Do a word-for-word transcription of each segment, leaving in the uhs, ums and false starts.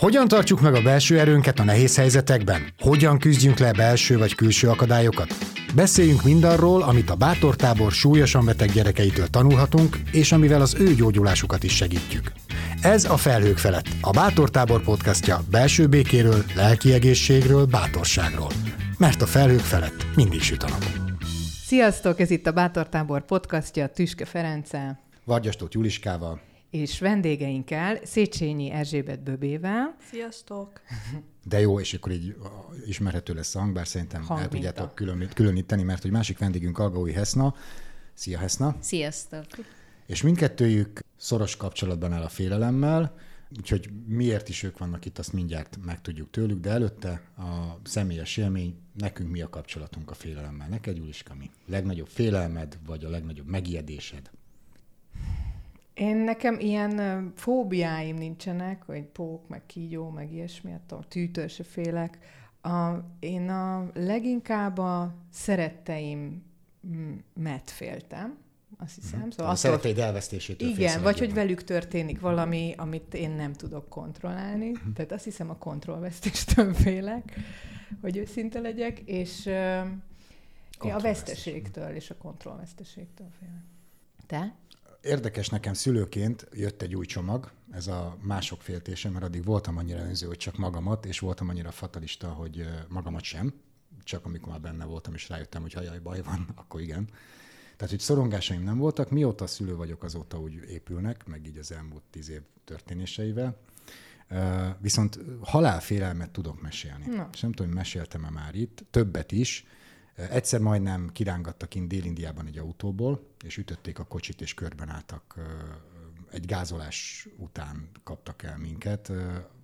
Hogyan tartjuk meg a belső erőnket a nehéz helyzetekben? Hogyan küzdjünk le belső vagy külső akadályokat? Beszéljünk mindarról, amit a Bátortábor súlyosan beteg gyerekeitől tanulhatunk, és amivel az ő gyógyulásukat is segítjük. Ez a Felhők felett, a Bátortábor podcastja belső békéről, lelki egészségről, bátorságról. Mert a felhők felett mindig süt a nap. Sziasztok, ez itt a Bátortábor podcastja Tüske Ferenccel, Vargyas Tóth Juliskával és vendégeinkkel, Széchenyi Erzsébet Böbével. Sziasztok! De jó, és akkor így ismerhető lesz a hang, bár szerintem Hangminta. el tudjátok külön, különíteni, mert hogy másik vendégünk Algaui Heszna. Szia, Heszna! Sziasztok! És mindkettőjük szoros kapcsolatban áll a félelemmel, úgyhogy miért is ők vannak itt, azt mindjárt megtudjuk tőlük, de előtte a személyes élmény, nekünk mi a kapcsolatunk a félelemmel? Neked, Juliska, mi? Legnagyobb félelmed, vagy a legnagyobb megijedésed? Én nekem ilyen ö, fóbiáim nincsenek, hogy pók, meg kígyó, meg ilyesmi, attól tűtől se félek. A, én a leginkább a szeretteimet féltem, azt hiszem. Uh-huh. Szóval a attól... szeretteid elvesztésétől félsz. Igen, vagy hogy velük történik valami, amit én nem tudok kontrollálni. Uh-huh. Tehát azt hiszem a kontrollvesztéstől félek, hogy őszinte legyek, és ö, a veszteségtől és a kontrollveszteségtől félek. Te? Érdekes, nekem szülőként jött egy új csomag, ez a mások féltése, mert addig voltam annyira önző, hogy csak magamat, és voltam annyira fatalista, hogy magamat sem, csak amikor már benne voltam, és rájöttem, hogy hajaj, baj van, akkor igen. Tehát, hogy szorongásaim nem voltak, mióta szülő vagyok, azóta úgy épülnek, meg így az elmúlt tíz év történéseivel. Viszont halálfélelmet tudok mesélni. Na. És nem tudom, hogy meséltem-e már itt, többet is. Egyszer majdnem kirángattak kint Dél-Indiában egy autóból, és ütötték a kocsit, és körben álltak. Egy gázolás után kaptak el minket.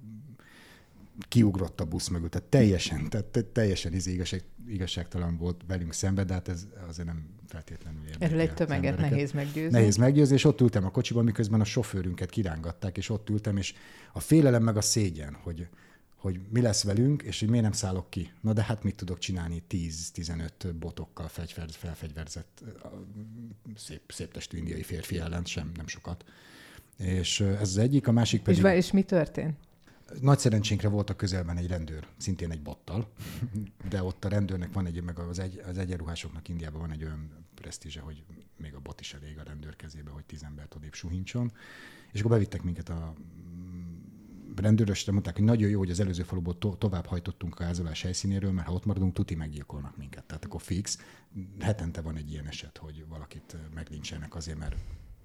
Kiugrott a busz mögül, tehát teljesen, tehát teljesen igazság, igazságtalan volt velünk szemben, de hát ez azért nem feltétlenül érdekel. Erről egy tömeget nehéz meggyőzni. Nehéz meggyőzni, és ott ültem a kocsiban, miközben a sofőrünket kirángatták, és ott ültem, és a félelem meg a szégyen, hogy hogy mi lesz velünk, és hogy miért nem szállok ki. Na de hát mit tudok csinálni tíz-tizenöt botokkal fegyver, felfegyverzett szép, szép testű indiai férfi ellen, sem, nem sokat. És ez az egyik, a másik pedig... És, és mi történt? Nagy szerencsénkre volt a közelben egy rendőr, szintén egy bottal, de ott a rendőrnek van egy, meg az, egy, az egyenruhásoknak Indiában van egy olyan presztízse, hogy még a bot is elég a rendőr kezébe, hogy tíz embert odébb suhincson. És akkor bevittek minket a rendőrösre, mondták, hogy nagyon jó, hogy az előző faluból to- tovább hajtottunk a gázolás helyszínéről, mert ha ott maradunk, tuti meggyilkolnak minket. Tehát akkor fix. Hetente van egy ilyen eset, hogy valakit meglincselnek azért, mert...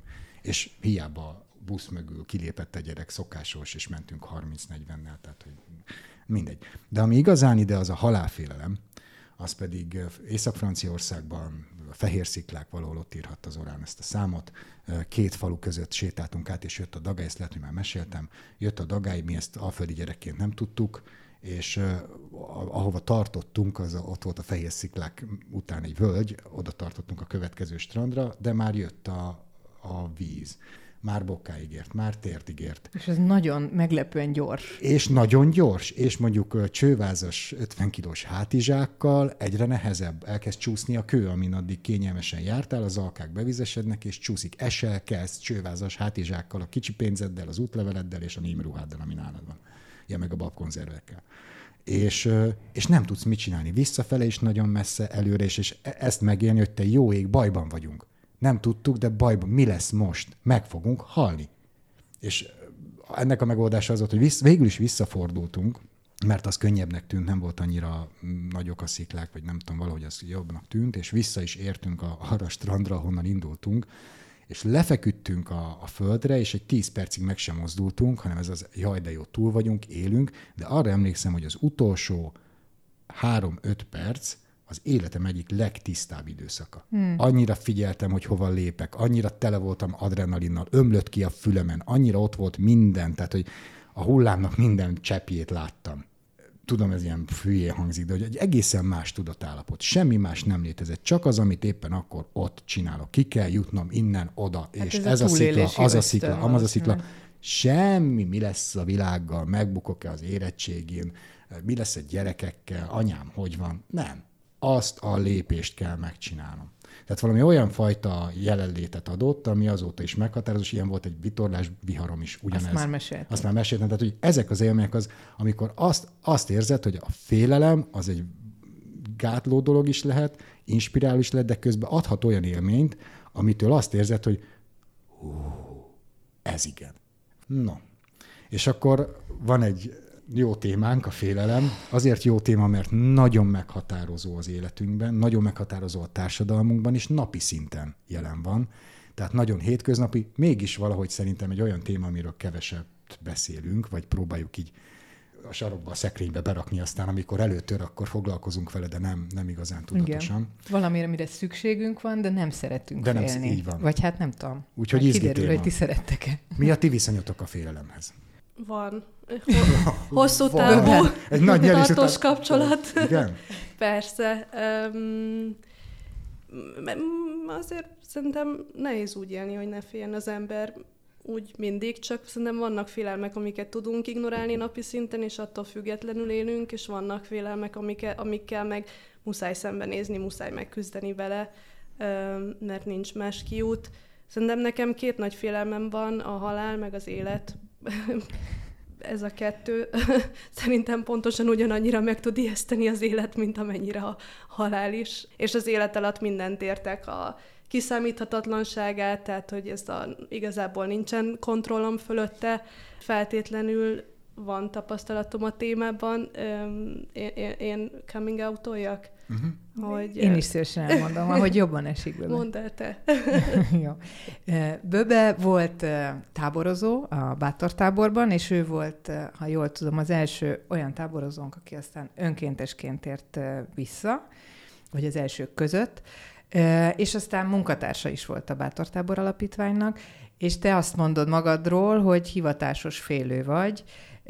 És hiába a busz mögül kilépett egy gyerek szokásos, és mentünk harminc-negyvennel, tehát hogy mindegy. De ami igazán ide, az a halálfélelem, az pedig Észak-Franciaországban, a fehér sziklák, valahol ott írhatta az orrán ezt a számot. Két falu között sétáltunk át, és jött a dagály, ezt lehet, hogy már meséltem. Jött a dagály, mi ezt alföldi gyerekként nem tudtuk, és ahova tartottunk, az a, ott volt a fehér sziklák után egy völgy, oda tartottunk a következő strandra, de már jött a, a víz. Már bokáig ért, már tért ígért. És ez nagyon meglepően gyors. És nagyon gyors, és mondjuk csővázas ötven kilós hátizsákkal egyre nehezebb, elkezd csúszni a kő, amin addig kényelmesen jártál, az alkák bevizesednek, és csúszik. Esel kezd csővázas hátizsákkal, a kicsi pénzeddel, az útleveleddel és a némruháddal, ami nálad van. Ja, meg a babkonzervekkel. És, és nem tudsz mit csinálni. Visszafele is nagyon messze, előre is, és ezt megélni, hogy te jó ég, bajban vagyunk. Nem tudtuk, de bajban, mi lesz most? Meg fogunk halni. És ennek a megoldása az volt, hogy vissz, végül is visszafordultunk, mert az könnyebbnek tűnt, nem volt annyira nagyok a sziklák, vagy nem tudom, valahogy az jobbnak tűnt, és vissza is értünk a, arra a strandra, ahonnan indultunk, és lefeküdtünk a, a földre, és egy tíz percig meg sem mozdultunk, hanem ez az, jaj, de jó, túl vagyunk, élünk, de arra emlékszem, hogy az utolsó három-öt perc, az életem egyik legtisztább időszaka. Hmm. Annyira figyeltem, hogy hova lépek, annyira tele voltam adrenalinnal, ömlött ki a fülemen, annyira ott volt minden, tehát, hogy a hullámnak minden cseppjét láttam. Tudom, ez ilyen hülyén hangzik, de hogy egy egészen más tudatállapot. Semmi más nem létezett, csak az, amit éppen akkor ott csinálok. Ki kell jutnom innen, oda, hát és ez, ez a, a szikla, az a szikla, amaz a szikla. Semmi, mi lesz a világgal, megbukok-e az érettségén, mi lesz a gyerekekkel, anyám hogy van, nem. azt a lépést kell megcsinálnom. Tehát valami olyan fajta jelenlétet adott, ami azóta is meghatározó, és ilyen volt egy vitorlás viharom is ugyanez. Azt már meséltem. Azt már meséltem. Tehát, hogy ezek az élmények az, amikor azt, azt érzed, hogy a félelem az egy gátló dolog is lehet, inspiráló is lehet, de közben adhat olyan élményt, amitől azt érzed, hogy hú, ez igen. No. És akkor van egy jó témánk, a félelem. Azért jó téma, mert nagyon meghatározó az életünkben, nagyon meghatározó a társadalmunkban, és napi szinten jelen van. Tehát nagyon hétköznapi, mégis valahogy szerintem egy olyan téma, amiről keveset beszélünk, vagy próbáljuk így a sarokba, a szekrénybe berakni, aztán amikor előtör, akkor foglalkozunk vele, de nem, nem igazán tudatosan. Igen. Valamire, amire szükségünk van, de nem szeretünk de nem, félni. Így van. Vagy hát nem tudom. Úgyhogy izgi kiderül, téma. hogy ti szerettek-e. Mi a ti viszonyotok a félelemhez? Van. Hosszú távú, egy nagy tartós után... kapcsolat. Igen? Persze. Um, azért szerintem nehéz úgy élni, hogy ne féljen az ember úgy mindig, csak szerintem vannak félelmek, amiket tudunk ignorálni napi szinten, és attól függetlenül élünk, és vannak félelmek, amikkel, amikkel meg muszáj szembenézni, muszáj megküzdeni vele, mert nincs más kiút. Szerintem nekem két nagy félelmem van, a halál meg az élet. Ez a kettő szerintem pontosan ugyanannyira meg tud ijeszteni az élet, mint amennyire a halál is. És az élet alatt mindent értek, a kiszámíthatatlanságát, tehát hogy ez a, igazából nincsen kontrollom fölötte, feltétlenül van tapasztalatom a témában. Én, én, én coming out-oljak? Uh-huh. Hogy, én is szívesen elmondom, ahogy jobban esik Böbe. Mondd el te. Jó. Böbe volt táborozó a Bátor táborban, és ő volt, ha jól tudom, az első olyan táborozónk, aki aztán önkéntesként tért vissza, vagy az elsők között, és aztán munkatársa is volt a Bátor tábor alapítványnak, és te azt mondod magadról, hogy hivatásos félő vagy.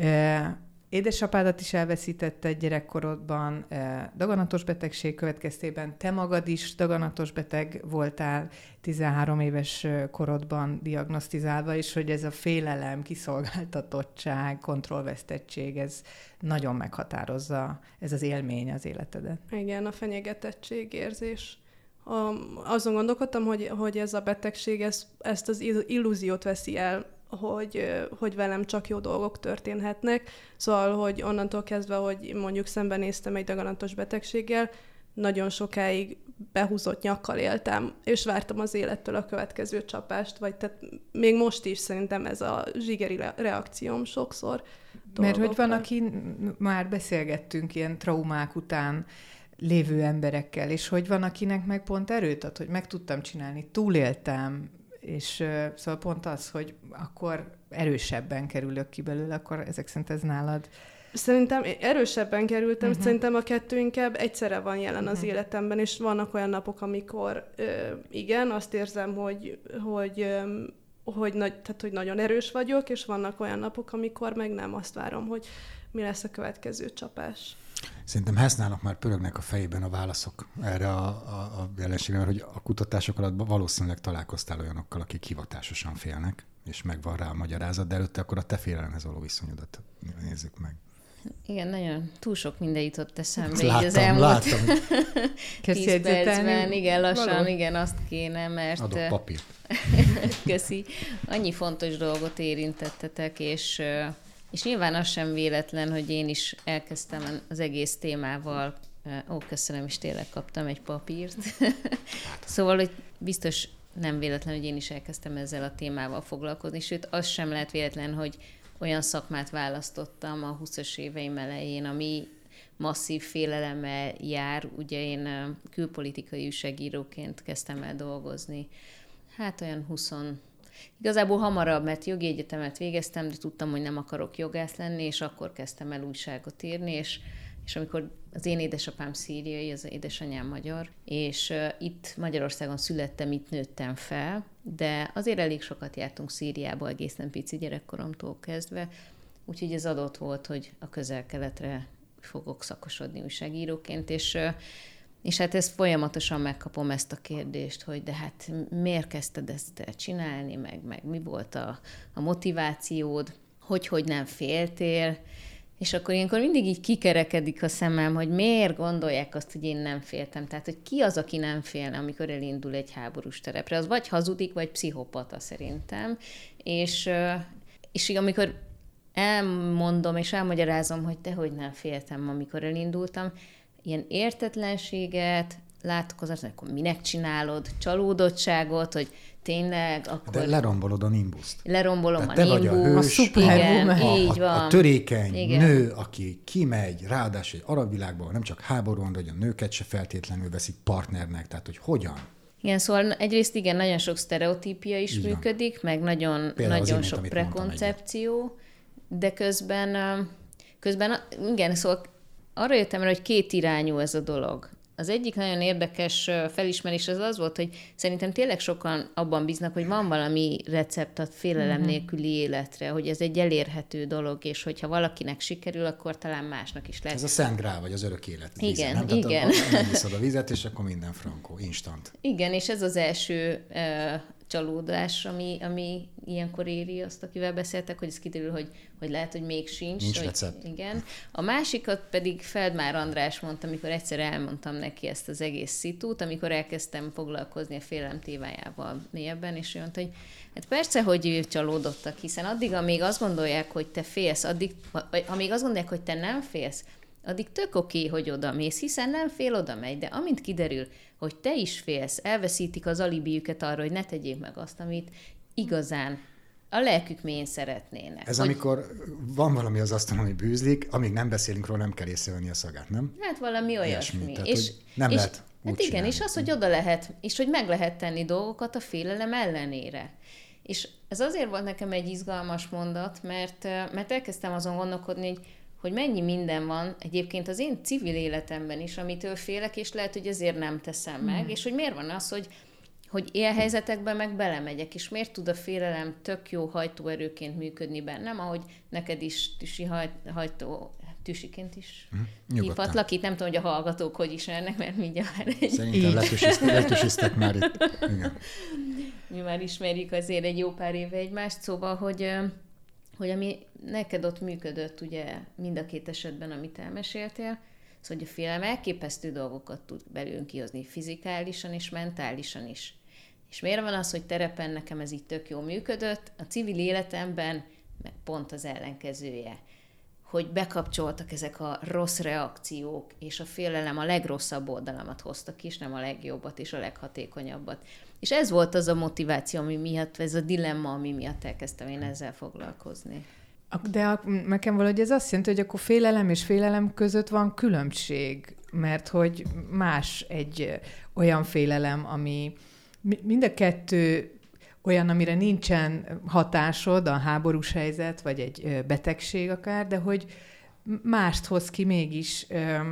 Édesapádat is elveszítetted gyerekkorodban, daganatos betegség következtében, te magad is daganatos beteg voltál tizenhárom éves korodban diagnosztizálva, és hogy ez a félelem, kiszolgáltatottság, kontrollvesztettség, ez nagyon meghatározza, ez az élmény az életedet. Igen, a fenyegetettség érzés. A, azon gondolkodtam, hogy, hogy ez a betegség ez, ezt az illúziót veszi el, hogy, hogy velem csak jó dolgok történhetnek. Szóval, hogy onnantól kezdve, hogy mondjuk szembenéztem egy daganatos betegséggel, nagyon sokáig behúzott nyakkal éltem, és vártam az élettől a következő csapást, vagy tehát még most is szerintem ez a zsigeri reakcióm sokszor. Mert hogy van, aki már beszélgettünk ilyen traumák után lévő emberekkel, és hogy van, akinek meg pont erőt ad, hogy meg tudtam csinálni, túléltem, és uh, szóval pont az, hogy akkor erősebben kerülök ki belőle, akkor ezek szerint ez nálad. Szerintem erősebben kerültem, uh-huh. Szerintem a kettő inkább egyszerre van jelen uh-huh. az életemben, és vannak olyan napok, amikor uh, igen, azt érzem, hogy, hogy, um, hogy, nagy, tehát, hogy nagyon erős vagyok, és vannak olyan napok, amikor meg nem, azt várom, hogy mi lesz a következő csapás. Szerintem Hessnának már pörögnek a fejében a válaszok erre a, a, a jelenségre, mert hogy a kutatások alatt valószínűleg találkoztál olyanokkal, akik hivatásosan félnek, és megvan rá a magyarázat, de előtte akkor a te félelemhez való viszonyodat nézzük meg. Igen, nagyon túl sok minden jutott eszembe. Láttam, így az elmúlt láttam. tíz percben, igen, lassan, való. Igen, azt kéne, mert... Adok papírt. Köszi. Annyi fontos dolgot érintettetek, és... És nyilván az sem véletlen, hogy én is elkezdtem az egész témával, ó, köszönöm, és tényleg kaptam egy papírt. Szóval, hogy biztos nem véletlen, hogy én is elkezdtem ezzel a témával foglalkozni, sőt, az sem lehet véletlen, hogy olyan szakmát választottam a húszas éveim elején, ami masszív félelemmel jár. Ugye én külpolitikai újságíróként kezdtem el dolgozni. Hát olyan húsz Igazából hamarabb, mert jogi egyetemet végeztem, de tudtam, hogy nem akarok jogász lenni, és akkor kezdtem el újságot írni, és, és amikor az én édesapám szíriai, az édesanyám magyar, és uh, itt Magyarországon születtem, itt nőttem fel, de azért elég sokat jártunk Szíriába egészen pici gyerekkoromtól kezdve, úgyhogy ez adott volt, hogy a Közel-Keletre fogok szakosodni újságíróként, és uh, És hát ezt folyamatosan megkapom ezt a kérdést, hogy de hát miért kezdted ezt csinálni, meg, meg mi volt a, a motivációd, hogy, hogy nem féltél, És akkor ilyenkor mindig így kikerekedik a szemem, hogy miért gondolják azt, hogy én nem féltem. Tehát, hogy ki az, aki nem félne, amikor elindul egy háborús terepre. Az vagy hazudik, vagy pszichopata szerintem. És, és amikor elmondom és elmagyarázom, hogy dehogy nem féltem, amikor elindultam, ilyen értetlenséget látok az, akkor minek csinálod, csalódottságot, hogy tényleg akkor... De lerombolod a nimbuszt. Lerombolom Tehát a te nimbuszt. vagy a hős, igen, a, így van. A, a törékeny igen. nő, aki kimegy, ráadásul egy arab világban, nem csak háborúan, de hogy a nőket se feltétlenül veszik partnernek, tehát hogy hogyan? Igen, szóval egyrészt igen, nagyon sok sztereotípia is így működik, van. Meg nagyon, nagyon én, sok prekoncepció, de közben, közben igen, szóval arra jöttem el, hogy két irányú ez a dolog. Az egyik nagyon érdekes felismerés az az volt, hogy szerintem tényleg sokan abban bíznak, hogy van valami recept a félelem uh-huh. nélküli életre, hogy ez egy elérhető dolog, és hogyha valakinek sikerül, akkor talán másnak is lehet. Ez a Szent Grál, vagy az örök élet víze, igen, nem? Tehát igen. Nem viszod a vizet, és akkor minden frankó, instant. Igen, és ez az első uh, csalódás, ami, ami ilyenkor éri azt, akivel beszéltek, hogy ez kiderül, hogy, hogy lehet, hogy még sincs. Nincs hogy, recept. Igen. A másikat pedig Feldmár András mondta, amikor egyszer elmondtam neki ezt az egész szitút, amikor elkezdtem foglalkozni a félelem témájával mélyebben, és ő mondta, hogy hát persze, hogy csalódottak, hiszen addig, amíg azt gondolják, hogy te félsz, addig, vagy amíg azt gondolják, hogy te nem félsz, addig tök oké, hogy oda mész, hiszen nem fél, oda megy, de amint kiderül, hogy te is félsz, elveszítik az alibijüket arra, hogy ne tegyék meg azt, amit igazán a lelkük mélyén szeretnének. Ez hogy... amikor van valami az asztalon, ami bűzlik, amíg nem beszélünk róla, nem kell észrevenni a szagát, nem? Hát valami olyasmi. Tehát, és, nem és, lehet úgy hát igen, csinálni. és az, hogy oda lehet, és hogy meg lehet tenni dolgokat a félelem ellenére. És ez azért volt nekem egy izgalmas mondat, mert, mert elkezdtem azon gondolkodni, hogy hogy mennyi minden van egyébként az én civil életemben is, amitől félek, és lehet, hogy ezért nem teszem meg, mm. és hogy miért van az, hogy, hogy ilyen helyzetekben meg belemegyek, és miért tud a félelem tök jó hajtóerőként működni bennem, ahogy neked is tüsi hajt, hajtó, tüsiként is mm. hívhatlak. Itt nem tudom, hogy a hallgatók hogy ismernek, mert mindjárt egy... Szerintem letüsisztek már itt. Igen. Mi már ismerjük azért egy jó pár éve egymást, szóval, hogy... hogy ami neked ott működött, ugye mind a két esetben, amit elmeséltél, szóval, hogy a félelem elképesztő dolgokat tud belőlünk kihozni fizikálisan és mentálisan is. És miért van az, hogy terepen nekem ez így tök jól működött, a civil életemben meg pont az ellenkezője, hogy bekapcsoltak ezek a rossz reakciók, és a félelem a legrosszabb oldalamat hozta ki, és nem a legjobbat és a leghatékonyabbat. És ez volt az a motiváció, ami miatt, ez a dilemma, ami miatt elkezdtem én ezzel foglalkozni. De nekem valahogy ez azt jelenti, hogy akkor félelem és félelem között van különbség, mert hogy más egy olyan félelem, ami mind a kettő olyan, amire nincsen hatásod, a háborús helyzet, vagy egy betegség akár, de hogy mást hoz ki mégis,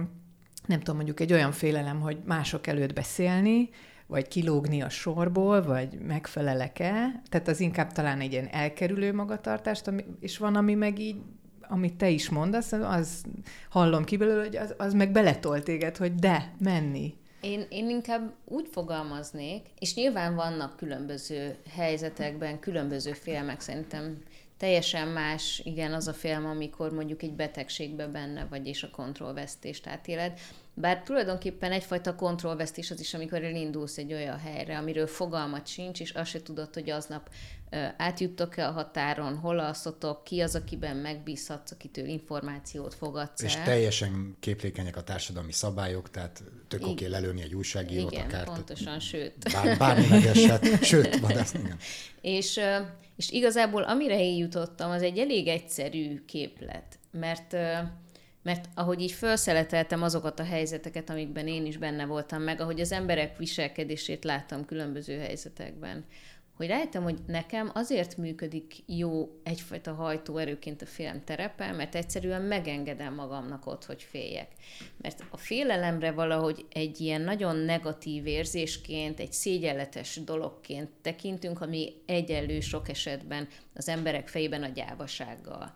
nem tudom, mondjuk egy olyan félelem, hogy mások előtt beszélni, vagy kilógni a sorból, vagy megfelelek-e. Tehát az inkább talán egy ilyen elkerülő magatartást, és van, ami meg így, amit te is mondasz, az hallom ki belőle, hogy az, az meg beletol téged, hogy de, menni. Én, én inkább úgy fogalmaznék, és nyilván vannak különböző helyzetekben, különböző félelmek, szerintem teljesen más, igen, az a félelem, amikor mondjuk egy betegségben benne vagy, és a kontrollvesztést átéled. Bár tulajdonképpen egyfajta kontrollvesztés az is, amikor elindulsz egy olyan helyre, amiről fogalmat sincs, és azt se tudod, hogy aznap uh, átjuttok-e a határon, hol alszotok, ki az, akiben megbízhatsz, akitől információt fogadsz el. És teljesen képlékenyek a társadalmi szabályok, tehát tök oké lelőni egy újságírót igen, akár. pontosan, tehát, sőt. Bár, bármi megesett, sőt, vadász, igen. És, uh, és igazából amire én jutottam, az egy elég egyszerű képlet, mert... Uh, Mert ahogy így felszeleteltem azokat a helyzeteket, amikben én is benne voltam, meg ahogy az emberek viselkedését láttam különböző helyzetekben, hogy rájöttem, hogy nekem azért működik jó egyfajta hajtóerőként a félelem terepe, mert egyszerűen megengedem magamnak ott, hogy féljek. Mert a félelemre valahogy egy ilyen nagyon negatív érzésként, egy szégyenletes dologként tekintünk, ami egyenlő sok esetben az emberek fejében a gyávasággal.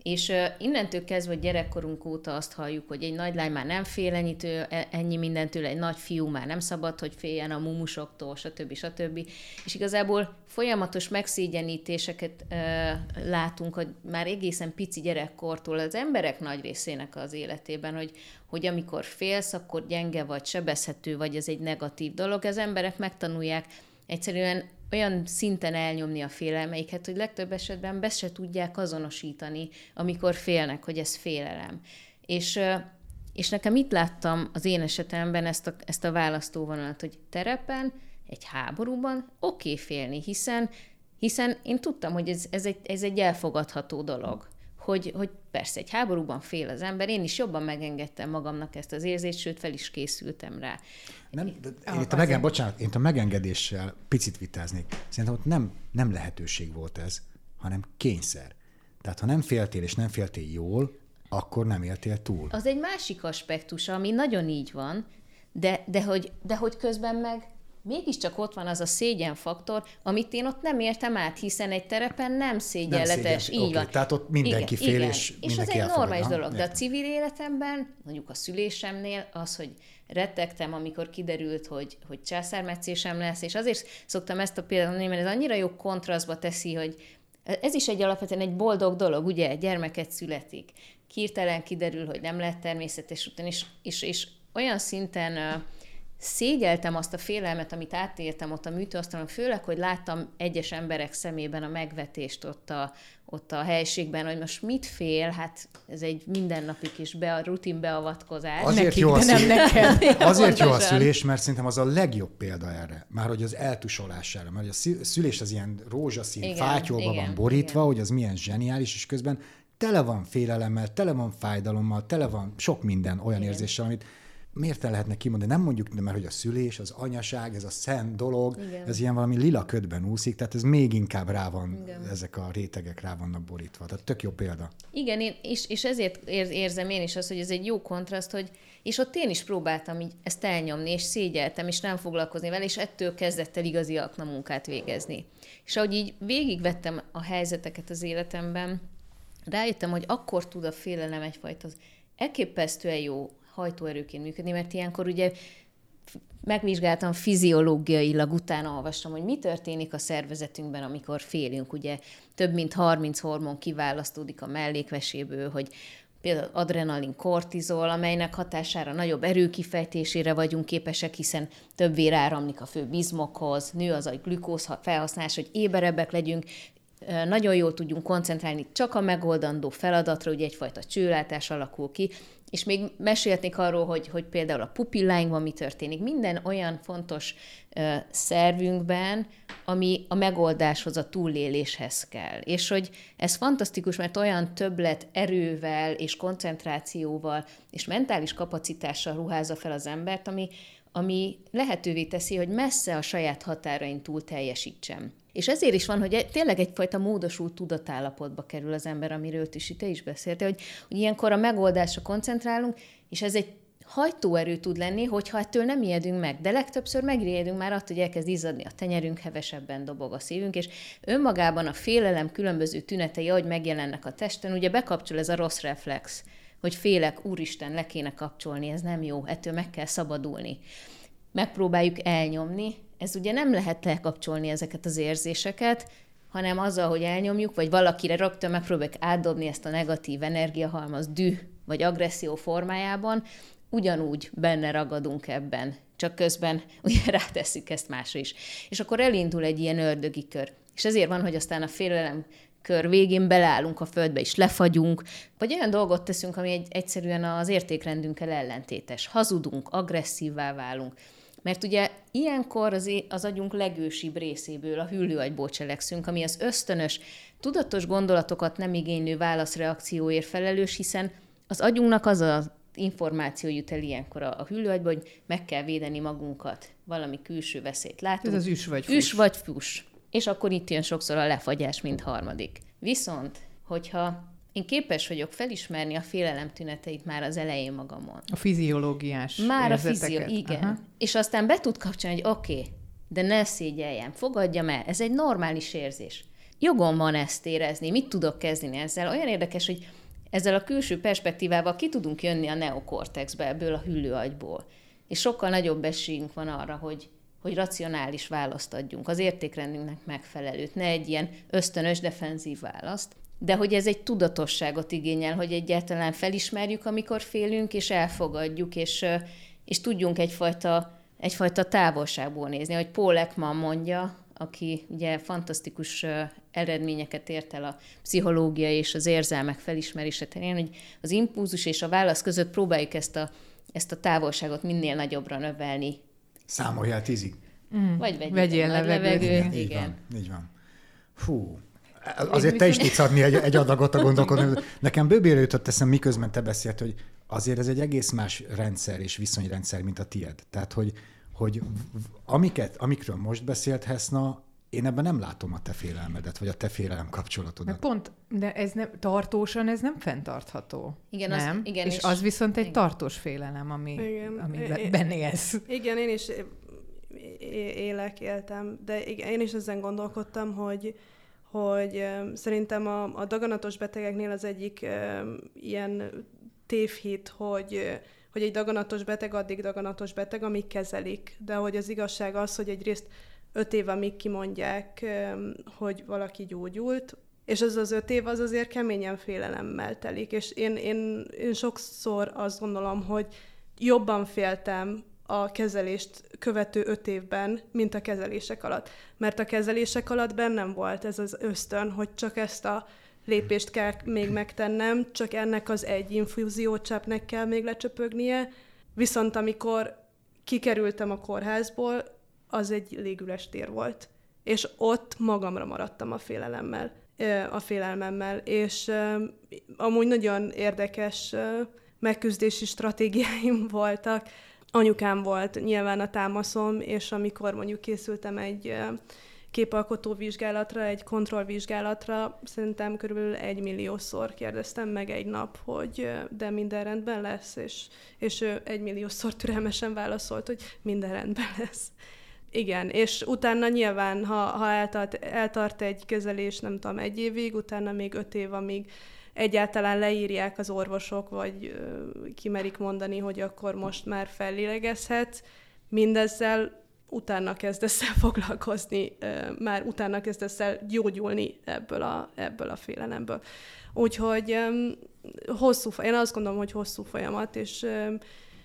És uh, innentől kezdve, hogy gyerekkorunk óta azt halljuk, hogy egy nagy lány már nem fél ennyitől, ennyi mindentől, egy nagy fiú már nem szabad, hogy féljen a mumusoktól, stb. stb. És igazából folyamatos megszégyenítéseket uh, látunk, hogy már egészen pici gyerekkortól az emberek nagy részének az életében, hogy, hogy amikor félsz, akkor gyenge vagy, sebezhető vagy, ez egy negatív dolog. Az emberek megtanulják egyszerűen olyan szinten elnyomni a félelmeiket, hogy legtöbb esetben be se tudják azonosítani, amikor félnek, hogy ez félelem. És, és nekem itt láttam az én esetemben ezt a, ezt a választóvonalat, hogy terepen, egy háborúban oké okay félni, hiszen, hiszen én tudtam, hogy ez, ez, egy, ez egy elfogadható dolog. Hogy, hogy persze egy háborúban fél az ember, én is jobban megengedtem magamnak ezt az érzést, sőt fel is készültem rá. Nem, én itt a, megen, bocsánat, én a megengedéssel picit vitáznék. Szerintem ott nem, nem lehetőség volt ez, hanem kényszer. Tehát ha nem féltél és nem féltél jól, akkor nem éltél túl. Az egy másik aspektus, ami nagyon így van, de, de, hogy, de hogy közben meg mégiscsak ott van az a szégyenfaktor, amit én ott nem értem át, hiszen egy terepen nem szégyenletes. Nem szégyen, így okay, van. Tehát ott mindenki igen, fél, igen. és, és mindenki az egy normális dolog. Értem. De a civil életemben, mondjuk a szülésemnél, az, hogy rettegtem, amikor kiderült, hogy, hogy császármetszésem lesz, és azért szoktam ezt a példát mondani, mert ez annyira jó kontrasztba teszi, hogy ez is egy alapvetően egy boldog dolog, ugye, egy gyermeket születik. Hirtelen kiderül, hogy nem lehet természetes után, és, és, és olyan szinten szégyeltem azt a félelmet, amit átéltem ott a műtőasztalon, főleg, hogy láttam egyes emberek szemében a megvetést ott a, ott a helységben, hogy most mit fél, hát ez egy mindennapi kis be, rutin beavatkozás. Azért nekik, jó a, de szül... nem nekem. Azért jó a szülés, mert szerintem az a legjobb példa erre, már hogy az eltusolására, mert a szülés az ilyen rózsaszín, igen, fátyolva igen, van borítva, igen. Hogy az milyen zseniális, és közben tele van félelemmel, tele van fájdalommal, tele van sok minden olyan igen. érzéssel, amit miért el lehetne kimondani? Nem mondjuk, mert hogy a szülés, az anyaság, ez a szent dolog, igen. ez ilyen valami lila ködben úszik, tehát ez még inkább rá van, igen. ezek a rétegek rá vannak borítva. Tehát tök jó példa. Igen, én, és, és ezért érzem én is azt, hogy ez egy jó kontraszt, hogy és ott én is próbáltam így ezt elnyomni, és szégyeltem, és nem foglalkozni vele, és ettől kezdett el igazi aknamunkát végezni. És ahogy így végigvettem a helyzeteket az életemben, rájöttem, hogy akkor tud a félelem egyfajta az elképesztően jó hajtóerőként működni, mert ilyenkor ugye megvizsgáltam fiziológiailag, utána olvastam, hogy mi történik a szervezetünkben, amikor félünk. Ugye több mint harminc hormon kiválasztódik a mellékveséből, hogy például adrenalin, kortizol, amelynek hatására nagyobb erőkifejtésére vagyunk képesek, hiszen több vér áramlik a főbb izmokhoz, nő az a glükóz felhasználás, hogy éberebbek legyünk, nagyon jól tudjunk koncentrálni csak a megoldandó feladatra, ugye egyfajta csőlátás alakul ki, és még mesélhetnék arról, hogy, hogy például a pupilláinkban mi történik. Minden olyan fontos uh, szervünkben, ami a megoldáshoz, a túléléshez kell. És hogy ez fantasztikus, mert olyan többlet erővel és koncentrációval és mentális kapacitással ruházza fel az embert, ami, ami lehetővé teszi, hogy messze a saját határain túl teljesítsen. És ezért is van, hogy tényleg egyfajta módosult tudatállapotba kerül az ember, amiről is te is beszéltél, hogy, hogy ilyenkor a megoldásra koncentrálunk, és ez egy hajtóerő tud lenni, hogyha ettől nem ijedünk meg. De legtöbbször megijedünk már attól, hogy elkezd izzadni a tenyerünk, hevesebben dobog a szívünk, és önmagában a félelem különböző tünetei, ahogy megjelennek a testen, ugye bekapcsol ez a rossz reflex, hogy félek, úristen, le kéne kapcsolni, ez nem jó, ettől meg kell szabadulni. Megpróbáljuk elnyomni, ez ugye nem lehet lekapcsolni ezeket az érzéseket, hanem azzal, hogy elnyomjuk, vagy valakire rögtön megpróbáljuk átdobni ezt a negatív energiahalmaz düh vagy agresszió formájában, ugyanúgy benne ragadunk ebben, csak közben ugye rátesszük ezt másra is. És akkor elindul egy ilyen ördögi kör. És ezért van, hogy aztán a félelem kör végén beleállunk a földbe, és lefagyunk, vagy olyan dolgot teszünk, ami egy, egyszerűen az értékrendünkkel ellentétes. Hazudunk, agresszívvá válunk. Mert ugye ilyenkor az, az agyunk legősibb részéből, a hüllőagyból cselekszünk, ami az ösztönös, tudatos gondolatokat nem igénylő válaszreakcióért felelős, hiszen az agyunknak az az információ jut el ilyenkor a, a hüllőagyba, hogy meg kell védeni magunkat, valami külső veszélyt látunk. Ez az üs vagy fuss. Üs vagy fuss. És akkor itt jön sokszor a lefagyás, mint harmadik. Viszont, hogyha én képes vagyok felismerni a félelem tüneteit már az elején magamon. A fiziológiás Már érzeteket. a fizió, igen. Aha. És aztán be tud kapcsolni, hogy oké, okay, de ne szégyeljem, fogadjam el, ez egy normális érzés. jogom van ezt érezni, mit tudok kezdeni ezzel. Olyan érdekes, hogy ezzel a külső perspektívával ki tudunk jönni a neokortexbe, ebből a hüllőagyból. És sokkal nagyobb esélyünk van arra, hogy, hogy racionális választ adjunk, az értékrendünknek megfelelőt, ne egy ilyen ösztönös, defenzív választ, de hogy ez egy tudatosságot igényel, hogy egyáltalán felismerjük, amikor félünk, és elfogadjuk, és, és tudjunk egyfajta, egyfajta távolságból nézni. Ahogy Paul Ekman mondja, aki ugye fantasztikus eredményeket ért el a pszichológia és az érzelmek felismerése terén, hogy az impulzus és a válasz között próbáljuk ezt a, ezt a távolságot minél nagyobbra növelni. Számolj el tízig. Mm. Vagy vegyél, vegyél levegőt. Igen, igen. Így van, így van. Fú, azért te is tudsz adni egy, egy adagot a gondolkodni. Nekem bőbére jutott eszem, miközben te beszélt, hogy azért ez egy egész más rendszer és viszonyrendszer, mint a tied. Tehát, hogy, hogy amiket, amikről most beszélt Heszna, én ebben nem látom a te félelmedet, vagy a te félelem kapcsolatodat. De pont, de ez nem, tartósan ez nem fenntartható. Igen, nem? Az, igen, és, és az viszont egy igen. tartós félelem, ami, igen. ami é, benne élsz. Igen, én is élek, éltem, de én is ezen gondolkodtam, hogy, hogy szerintem a, a daganatos betegeknél az egyik um, ilyen tévhit, hogy, hogy egy daganatos beteg addig daganatos beteg, amíg kezelik. De hogy az igazság az, hogy egyrészt öt év, amíg kimondják, hogy valaki gyógyult, és az az öt év az azért keményen félelemmel telik. És én, én, én sokszor azt gondolom, hogy jobban féltem a kezelést követő öt évben, mint a kezelések alatt. Mert a kezelések alatt bennem volt ez az ösztön, hogy csak ezt a lépést kell még megtennem, csak ennek az egy infúziócseppnek kell még lecsöpögnie. Viszont amikor kikerültem a kórházból, az egy légüres tér volt. És ott magamra maradtam a félelemmel, a félelmemmel. És amúgy nagyon érdekes megküzdési stratégiáim voltak. Anyukám volt nyilván a támaszom, és amikor mondjuk készültem egy képalkotó vizsgálatra, egy kontrollvizsgálatra, szerintem körülbelül egy milliószor kérdeztem meg egy nap, hogy de minden rendben lesz, és, és ő egy milliószor türelmesen válaszolt, hogy minden rendben lesz. Igen, és utána nyilván, ha, ha eltart, eltart egy kezelés, nem tudom, egy évig, utána még öt év, amíg egyáltalán leírják az orvosok, vagy ö, kimerik mondani, hogy akkor most már fellélegezhetsz, mindezzel utána kezdesz el foglalkozni, ö, már utána kezdesz el gyógyulni ebből a, ebből a félelemből. Úgyhogy ö, hosszú, én azt gondolom, hogy hosszú folyamat, és, ö,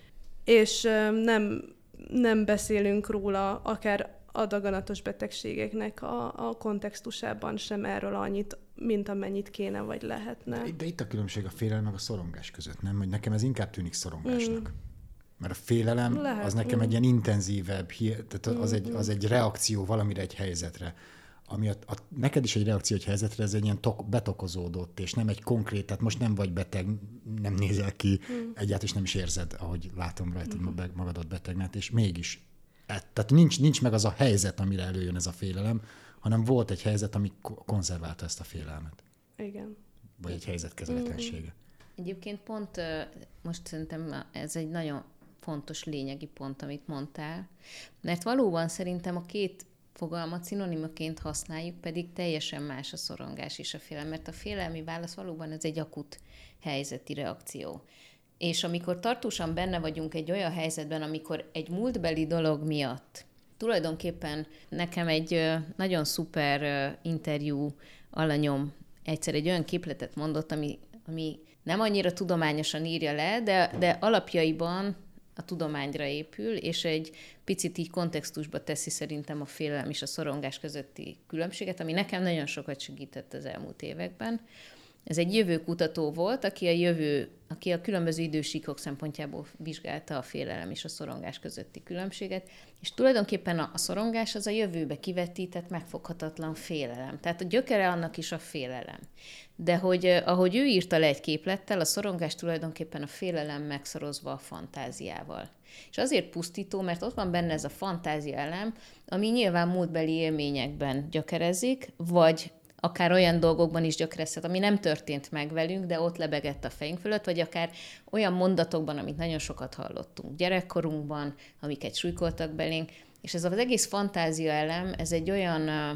és ö, nem... nem beszélünk róla, akár a daganatos betegségeknek a, a kontextusában sem erről annyit, mint amennyit kéne, vagy lehetne. De, de itt a különbség a félelem meg a szorongás között, nem? Hogy nekem ez inkább tűnik szorongásnak. Mm. Mert a félelem Lehet, az nekem mm. egy ilyen intenzívebb, tehát az, mm. egy, az egy reakció valamire, egy helyzetre. Ami a, a, neked is egy reakció egy helyzetre, ez egy ilyen tok, betokozódott, és nem egy konkrét, tehát most nem vagy beteg, nem nézel ki, mm. egyáltalán is nem is érzed, ahogy látom rajtad mm. magadat betegnek, és mégis. Tehát nincs, nincs meg az a helyzet, amire előjön ez a félelem, hanem volt egy helyzet, ami konzerválta ezt a félelmet. Igen. Vagy egy helyzet kezeletlensége. Egyébként pont most szerintem ez egy nagyon fontos, lényegi pont, amit mondtál, mert valóban szerintem a két fogalmat szinonimaként használjuk, pedig teljesen más a szorongás és a félelem, mert a félelmi válasz valóban ez egy akut helyzeti reakció. És amikor tartósan benne vagyunk egy olyan helyzetben, amikor egy múltbeli dolog miatt, tulajdonképpen nekem egy nagyon szuper interjú alanyom egyszer egy olyan képletet mondott, ami, ami nem annyira tudományosan írja le, de, de alapjaiban a tudományra épül, és egy picit így kontextusba teszi szerintem a félelem és a szorongás közötti különbséget, ami nekem nagyon sokat segített az elmúlt években. Ez egy jövőkutató volt, aki a jövő, aki a különböző idősíkok szempontjából vizsgálta a félelem és a szorongás közötti különbséget, és tulajdonképpen a, a szorongás az a jövőbe kivetített, megfoghatatlan félelem. Tehát a gyökere annak is a félelem. De hogy ahogy ő írta le egy képlettel, a szorongás tulajdonképpen a félelem megszorozva a fantáziával. És azért pusztító, mert ott van benne ez a fantázia elem, ami nyilván múltbeli élményekben gyökerezik, vagy akár olyan dolgokban is gyökerezhet, ami nem történt meg velünk, de ott lebegett a fejünk fölött, vagy akár olyan mondatokban, amit nagyon sokat hallottunk gyerekkorunkban, amiket súlykoltak belénk, és ez az egész fantázia elem, ez egy olyan,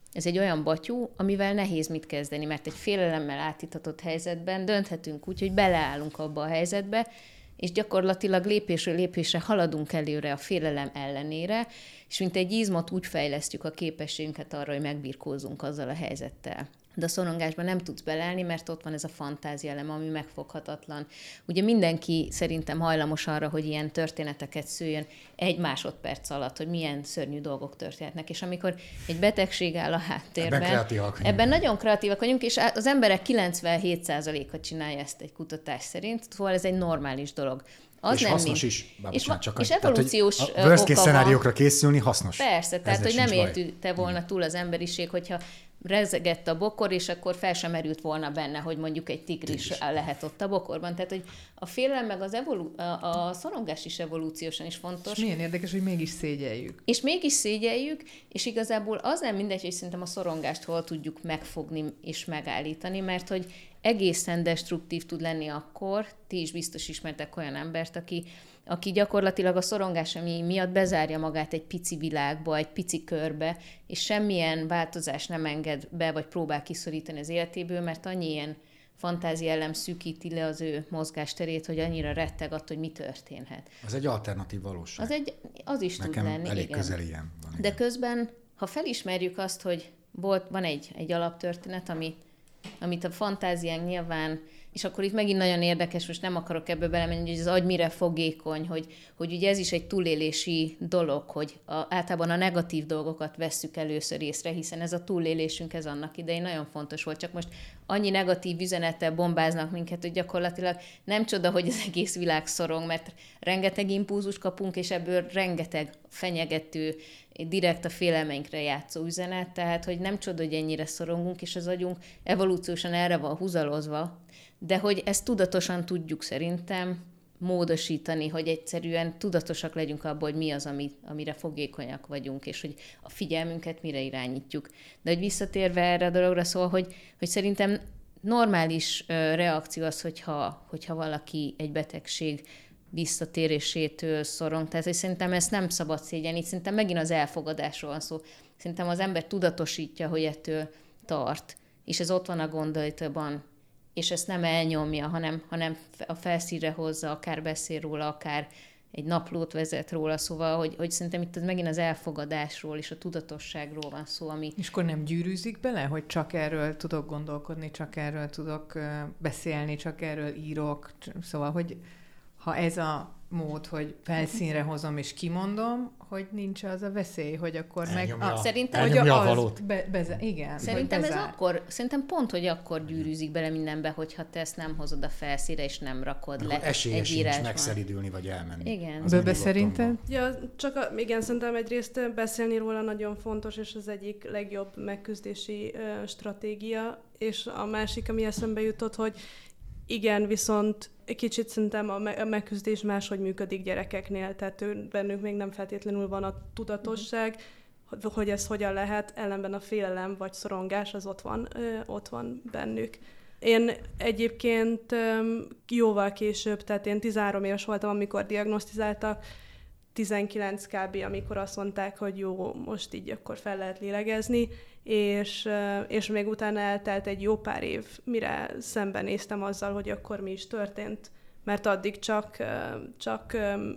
ez egy olyan batyú, amivel nehéz mit kezdeni, mert egy félelemmel átitatott helyzetben dönthetünk úgy, hogy beleállunk abba a helyzetbe, és gyakorlatilag lépésről lépésre haladunk előre a félelem ellenére, és mint egy izmot úgy fejlesztjük a képességünket arra, hogy megbirkózzunk azzal a helyzettel. De a szorongásban nem tudsz beleállni, mert ott van ez a fantázia elem, ami megfoghatatlan. Ugye mindenki szerintem hajlamos arra, hogy ilyen történeteket szőjön egy másodperc alatt, hogy milyen szörnyű dolgok történhetnek. És amikor egy betegség áll a háttérben, ebben kreatívak. Ebben nagyon kreatívak vagyunk, és az emberek kilencvenhét százaléka csinálja ezt egy kutatás szerint, szóval ez egy normális dolog. Az és nem hasznos mind. is. És, Bocsánat, csak és annyi. evolúciós tehát, a worst case szenáriókra készülni hasznos. Persze, tehát ezzel hogy nem sincs értette volna túl az emberiség, hogyha rezegett a bokor, és akkor fel sem merült volna benne, hogy mondjuk egy tigris, tigris lehet ott a bokorban. Tehát, hogy a félelem meg az evolu- a, a szorongás is evolúciósan is fontos. És milyen érdekes, hogy mégis szégyeljük. És mégis szégyeljük, és igazából az nem mindegy, hogy szerintem a szorongást hol tudjuk megfogni és megállítani, mert hogy egészen destruktív tud lenni akkor, ti is biztos ismertek olyan embert, aki, aki gyakorlatilag a szorongás miatt bezárja magát egy pici világba, egy pici körbe, és semmilyen változás nem enged be, vagy próbál kiszorítani az életéből, mert annyi ilyen fantázia ellem szűkíti le az ő mozgásterét, hogy annyira retteg attól, hogy mi történhet. Az egy alternatív valóság. Az, egy, az is Nekem tud lenni. elég igen. közel ilyen van. De közben, ha felismerjük azt, hogy volt, van egy, egy alaptörténet, ami, amit a fantáziánk nyilván, és akkor itt megint nagyon érdekes, most nem akarok ebbe belemenni, hogy az agy mire fogékony, hogy, hogy ugye ez is egy túlélési dolog, hogy a, általában a negatív dolgokat vesszük először észre, hiszen ez a túlélésünk, ez annak idején nagyon fontos volt, csak most annyi negatív üzenettel bombáznak minket, hogy gyakorlatilag nem csoda, hogy az egész világ szorong, mert rengeteg impulzus kapunk, és ebből rengeteg fenyegető, direkt a félelmeinkre játszó üzenet, tehát hogy nem csoda, hogy ennyire szorongunk, és az agyunk evolúciósan erre van húzalozva, de hogy ezt tudatosan tudjuk szerintem módosítani, hogy egyszerűen tudatosak legyünk abban, hogy mi az, ami, amire fogékonyak vagyunk, és hogy a figyelmünket mire irányítjuk. De hogy visszatérve erre a dologra, szóval, hogy, hogy szerintem normális uh, reakció az, hogyha, hogyha valaki egy betegség visszatérésétől szorong. Tehát, hogy szerintem ezt nem szabad szégyenni, szerintem megint az elfogadásról van szó. Szerintem az ember tudatosítja, hogy ettől tart, és ez ott van a gondolatban, és ezt nem elnyomja, hanem, hanem a felszínre hozza, akár beszél róla, akár egy naplót vezet róla, szóval, hogy, hogy szerintem itt megint az elfogadásról és a tudatosságról van szó, ami... És akkor nem gyűrűzik bele, hogy csak erről tudok gondolkodni, csak erről tudok beszélni, csak erről írok, szóval, hogy ha ez a mód, hogy felszínre hozom és kimondom, hogy nincs az a veszély, hogy akkor elnyomja, meg... A, szerintem, hogy a az valót. Be, beze, igen, szerintem ez akkor, szerintem pont, hogy akkor gyűrűzik bele mindenbe, hogyha te ezt nem hozod a felszínre, és nem rakod le esélye egy sincs írásban. megszeridülni, vagy elmenni. Igen. Böbe szerinted? Ja, csak a, igen, szerintem egyrészt beszélni róla nagyon fontos, és az egyik legjobb megküzdési uh, stratégia, és a másik, ami eszembe jutott, hogy igen, viszont kicsit szerintem a megküzdés máshogy működik gyerekeknél, tehát ő, bennük még nem feltétlenül van a tudatosság, mm. hogy ez hogyan lehet, ellenben a félelem vagy szorongás az ott van, ö, ott van bennük. Én egyébként ö, jóval később, tehát én tizenhárom éves voltam, amikor diagnosztizáltak, tizenkilenc kb., amikor azt mondták, hogy jó, most így akkor fel lehet lélegezni, és, és még utána eltelt egy jó pár év, mire szembenéztem azzal, hogy akkor mi is történt, mert addig csak, csak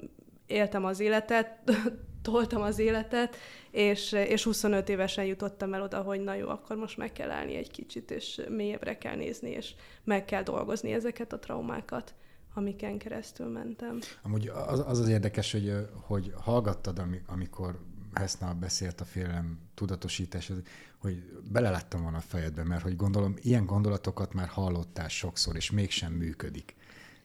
éltem az életet, toltam az életet, és, és huszonöt évesen jutottam el oda, hogy na jó, akkor most meg kell állni egy kicsit, és mélyebbre kell nézni, és meg kell dolgozni ezeket a traumákat, amiken keresztül mentem. Amúgy az az, az érdekes, hogy, hogy hallgattad, amikor Hesna beszélt a félelem tudatosításhoz, hogy beleláttam volna a fejedbe, mert hogy gondolom, ilyen gondolatokat már hallottál sokszor, és mégsem működik.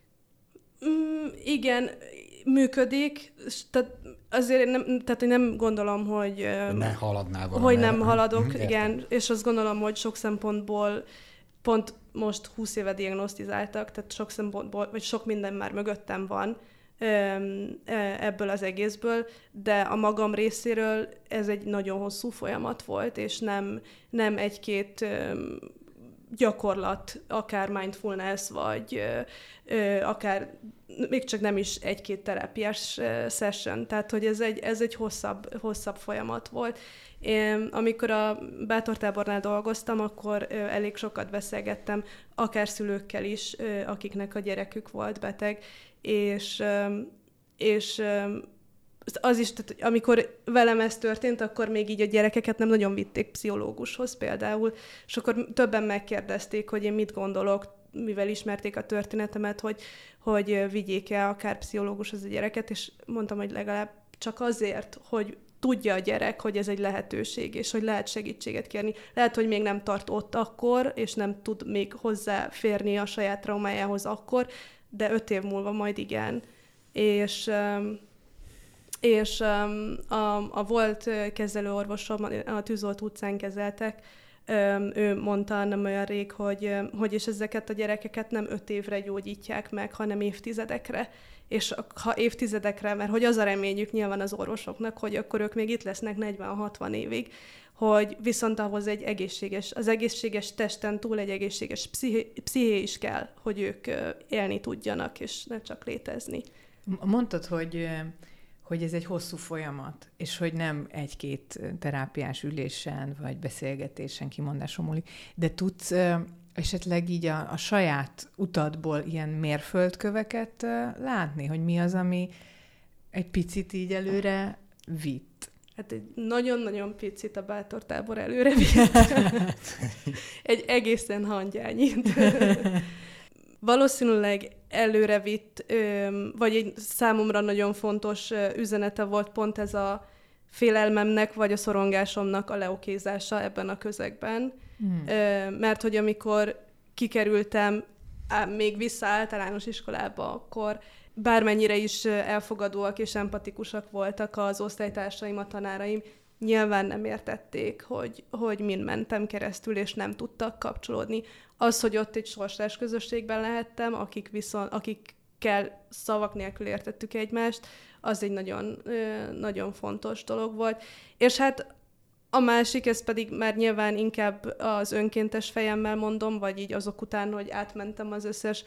Mm, igen, működik, tehát azért nem, tehát hogy nem gondolom, hogy... Ne haladnál volna. Hogy nem haladok, mm, igen, és azt gondolom, hogy sok szempontból pont most húsz éve diagnosztizáltak, tehát sok szempontból, vagy sok minden már mögöttem van ebből az egészből, de a magam részéről ez egy nagyon hosszú folyamat volt, és nem, nem egy-két gyakorlat, akár mindfulness, vagy ö, ö, akár még csak nem is egy-két terápiás session, tehát hogy ez egy, ez egy hosszabb, hosszabb folyamat volt. Én, amikor a bátortábornál dolgoztam, akkor ö, elég sokat beszélgettem, akár szülőkkel is, ö, akiknek a gyerekük volt beteg, és, ö, és ö, az is, tehát, amikor velem ez történt, akkor még így a gyerekeket nem nagyon vitték pszichológushoz például, és akkor többen megkérdezték, hogy én mit gondolok, mivel ismerték a történetemet, hogy, hogy vigyék el akár pszichológushoz a gyereket, és mondtam, hogy legalább csak azért, hogy tudja a gyerek, hogy ez egy lehetőség, és hogy lehet segítséget kérni. Lehet, hogy még nem tart ott akkor, és nem tud még hozzáférni a saját traumájához akkor, de öt év múlva majd igen. És... és um, a, a volt kezelőorvosom, a Tűzolt utcán kezeltek, um, ő mondta nem olyan rég, hogy, hogy és ezeket a gyerekeket nem öt évre gyógyítják meg, hanem évtizedekre. És ha évtizedekre, mert hogy az a reményük nyilván az orvosoknak, hogy akkor ők még itt lesznek negyven-hatvan évig, hogy viszont ahhoz egy egészséges, az egészséges testen túl egy egészséges psziché, psziché is kell, hogy ők élni tudjanak, és ne csak létezni. Mondtad, hogy hogy ez egy hosszú folyamat, és hogy nem egy-két terápiás ülésen, vagy beszélgetésen, kimondáson múlik, de tudsz uh, esetleg így a, a saját utadból ilyen mérföldköveket uh, látni, hogy mi az, ami egy picit így előre vitt? Hát egy nagyon-nagyon picit a bátortábor előre vitt. Egy egészen hangyányit. Valószínűleg előre vitt, vagy egy számomra nagyon fontos üzenete volt pont ez a félelmemnek, vagy a szorongásomnak a leokézása ebben a közegben. Hmm. Mert hogy amikor kikerültem még vissza általános iskolába, akkor bármennyire is elfogadóak és empatikusak voltak az osztálytársaim, a tanáraim, nyilván nem értették, hogy, hogy mind mentem keresztül, és nem tudtak kapcsolódni. Az, hogy ott egy sorstárs közösségben lehettem, akik viszont, akikkel szavak nélkül értettük egymást, az egy nagyon, nagyon fontos dolog volt. És hát a másik, ez pedig már nyilván inkább az önkéntes fejemmel mondom, vagy így azok után, hogy átmentem az összes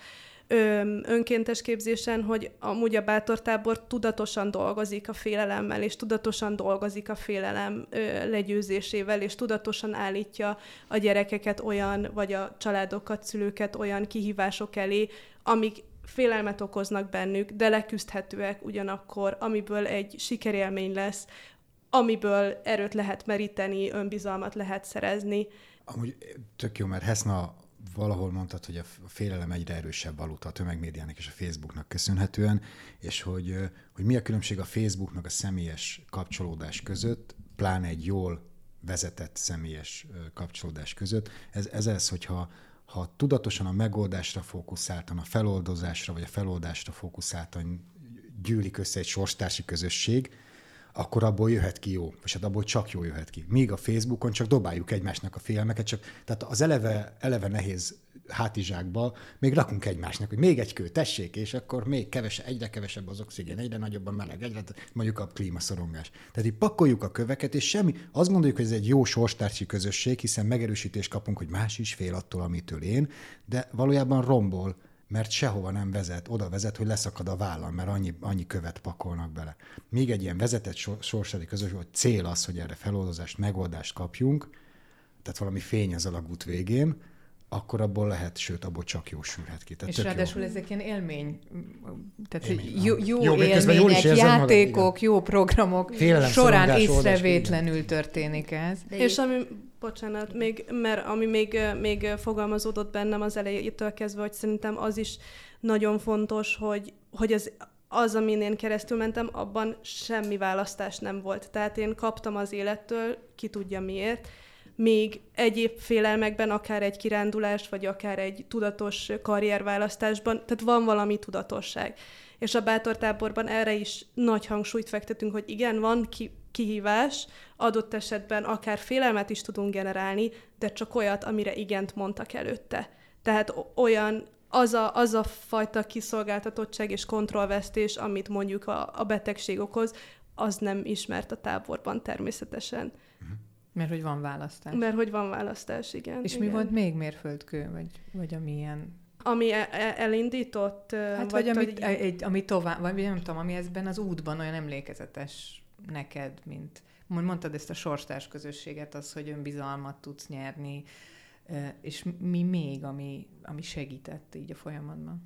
önkéntes képzésen, hogy amúgy a bátortábor tudatosan dolgozik a félelemmel, és tudatosan dolgozik a félelem legyőzésével, és tudatosan állítja a gyerekeket olyan, vagy a családokat, szülőket olyan kihívások elé, amik félelmet okoznak bennük, de leküzdhetőek ugyanakkor, amiből egy sikerélmény lesz, amiből erőt lehet meríteni, önbizalmat lehet szerezni. Amúgy tök jó, mert Heszna valahol mondtad, hogy a félelem egyre erősebb valuta a tömegmédiának és a Facebooknak köszönhetően, és hogy, hogy mi a különbség a Facebook meg a személyes kapcsolódás között, pláne egy jól vezetett személyes kapcsolódás között. Ez, ez ez, hogyha ha tudatosan a megoldásra fókuszáltan, a feloldozásra vagy a feloldásra fókuszáltan gyűlik össze egy sorstársi közösség, akkor abból jöhet ki jó, és hát abból csak jó jöhet ki. Míg a Facebookon csak dobáljuk egymásnak a félelmeket, csak, tehát az eleve, eleve nehéz hátizsákba még rakunk egymásnak, hogy még egy kő, tessék, és akkor még kevesebb, egyre kevesebb az oxigén, egyre nagyobb a meleg, egyre mondjuk a klímaszorongás. Tehát így pakoljuk a köveket, és semmi, azt gondoljuk, hogy ez egy jó sorstársi közösség, hiszen megerősítést kapunk, hogy más is fél attól, amitől én, de valójában rombol, mert sehova nem vezet, oda vezet, hogy leszakad a vállam, mert annyi, annyi követ pakolnak bele. Még egy ilyen vezetett sorsári közösség, hogy cél az, hogy erre feloldozást, megoldást kapjunk, tehát valami fény az alagút végén, akkor abból lehet, sőt, abból csak jó sülhet ki. Tehát és ráadásul jó. Ezek ilyen élmény, tehát élmény, jó, jó, jó élmények, játékok, magad, jó programok Félelem, során észrevétlenül történik ez. De és ami, bocsánat, még, mert ami még, még fogalmazódott bennem az elejétől kezdve, hogy szerintem az is nagyon fontos, hogy, hogy az, az, amin én keresztül mentem, abban semmi választás nem volt. Tehát én kaptam az élettől, ki tudja miért, még egyéb félelmekben, akár egy kirándulás, vagy akár egy tudatos karrierválasztásban, tehát van valami tudatosság. És a bátortáborban erre is nagy hangsúlyt fektetünk, hogy igen, van ki- kihívás, adott esetben akár félelmet is tudunk generálni, de csak olyat, amire igent mondtak előtte. Tehát olyan, az a, az a fajta kiszolgáltatottság és kontrollvesztés, amit mondjuk a, a betegség okoz, az nem ismert a táborban természetesen. Mert hogy van választás. Mert hogy van választás, igen. És igen. mi volt még mérföldkő, vagy, vagy amilyen... Ami elindított? Hát vagy, vagy amit, így... egy, ami tovább, vagy nem tudom, ami ezben az útban olyan emlékezetes neked, mint... Mondtad ezt a sorstárs közösséget, az, hogy önbizalmat tudsz nyerni, és mi még, ami, ami segített így a folyamatban?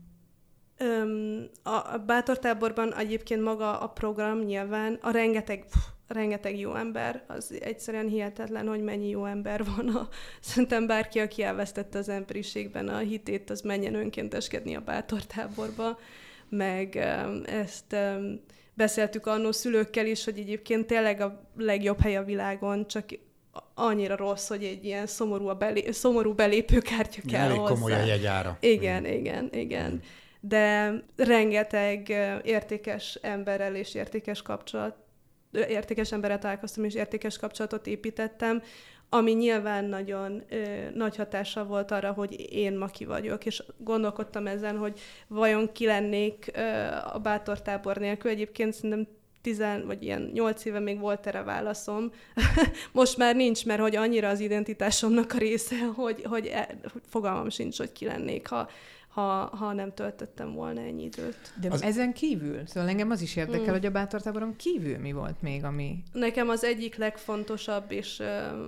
Öm, a bátortáborban egyébként maga a program nyilván, a rengeteg, pff, rengeteg jó ember, az egyszerűen hihetetlen, hogy mennyi jó ember van. A, szerintem bárki, aki elvesztette az emberiségben a hitét, az menjen önkénteskedni a bátortáborba, meg öm, ezt öm, beszéltük annó szülőkkel is, hogy egyébként tényleg a legjobb hely a világon, csak annyira rossz, hogy egy ilyen szomorú, a belé, szomorú belépőkártya kell elég hozzá. komoly a jegyára. Igen, mm. igen, igen. De rengeteg értékes emberrel és értékes kapcsolat, értékes emberrel találkoztam, és értékes kapcsolatot építettem, ami nyilván nagyon ö, nagy hatással volt arra, hogy én ma ki vagyok, és gondolkodtam ezen, hogy vajon ki lennék ö, a bátortábor nélkül. Egyébként szerintem tizen vagy ilyen nyolc éve még volt erre válaszom. Most már nincs, mert hogy annyira az identitásomnak a része, hogy, hogy, e, hogy fogalmam sincs, hogy ki lennék, ha, ha, ha nem töltöttem volna ennyi időt. De az... ezen kívül? Szóval engem az is érdekel, hmm. hogy a bátortáboron kívül mi volt még, ami... Nekem az egyik legfontosabb és,